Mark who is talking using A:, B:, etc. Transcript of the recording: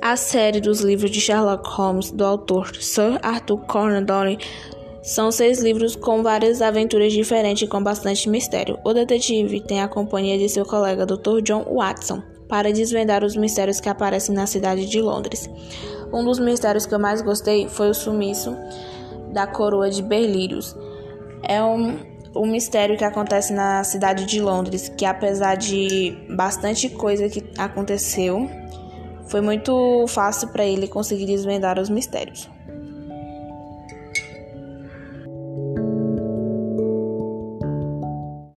A: A série dos livros de Sherlock Holmes, do autor Sir Arthur Conan Doyle, são 6 livros com várias aventuras diferentes e com bastante mistério. O detetive tem a companhia de seu colega Dr. John Watson para desvendar os mistérios que aparecem na cidade de Londres. Um dos mistérios que eu mais gostei foi o sumiço da coroa de Berlírios. É um mistério que acontece na cidade de Londres, que apesar de bastante coisa que aconteceu, foi muito fácil para ele conseguir desvendar os mistérios.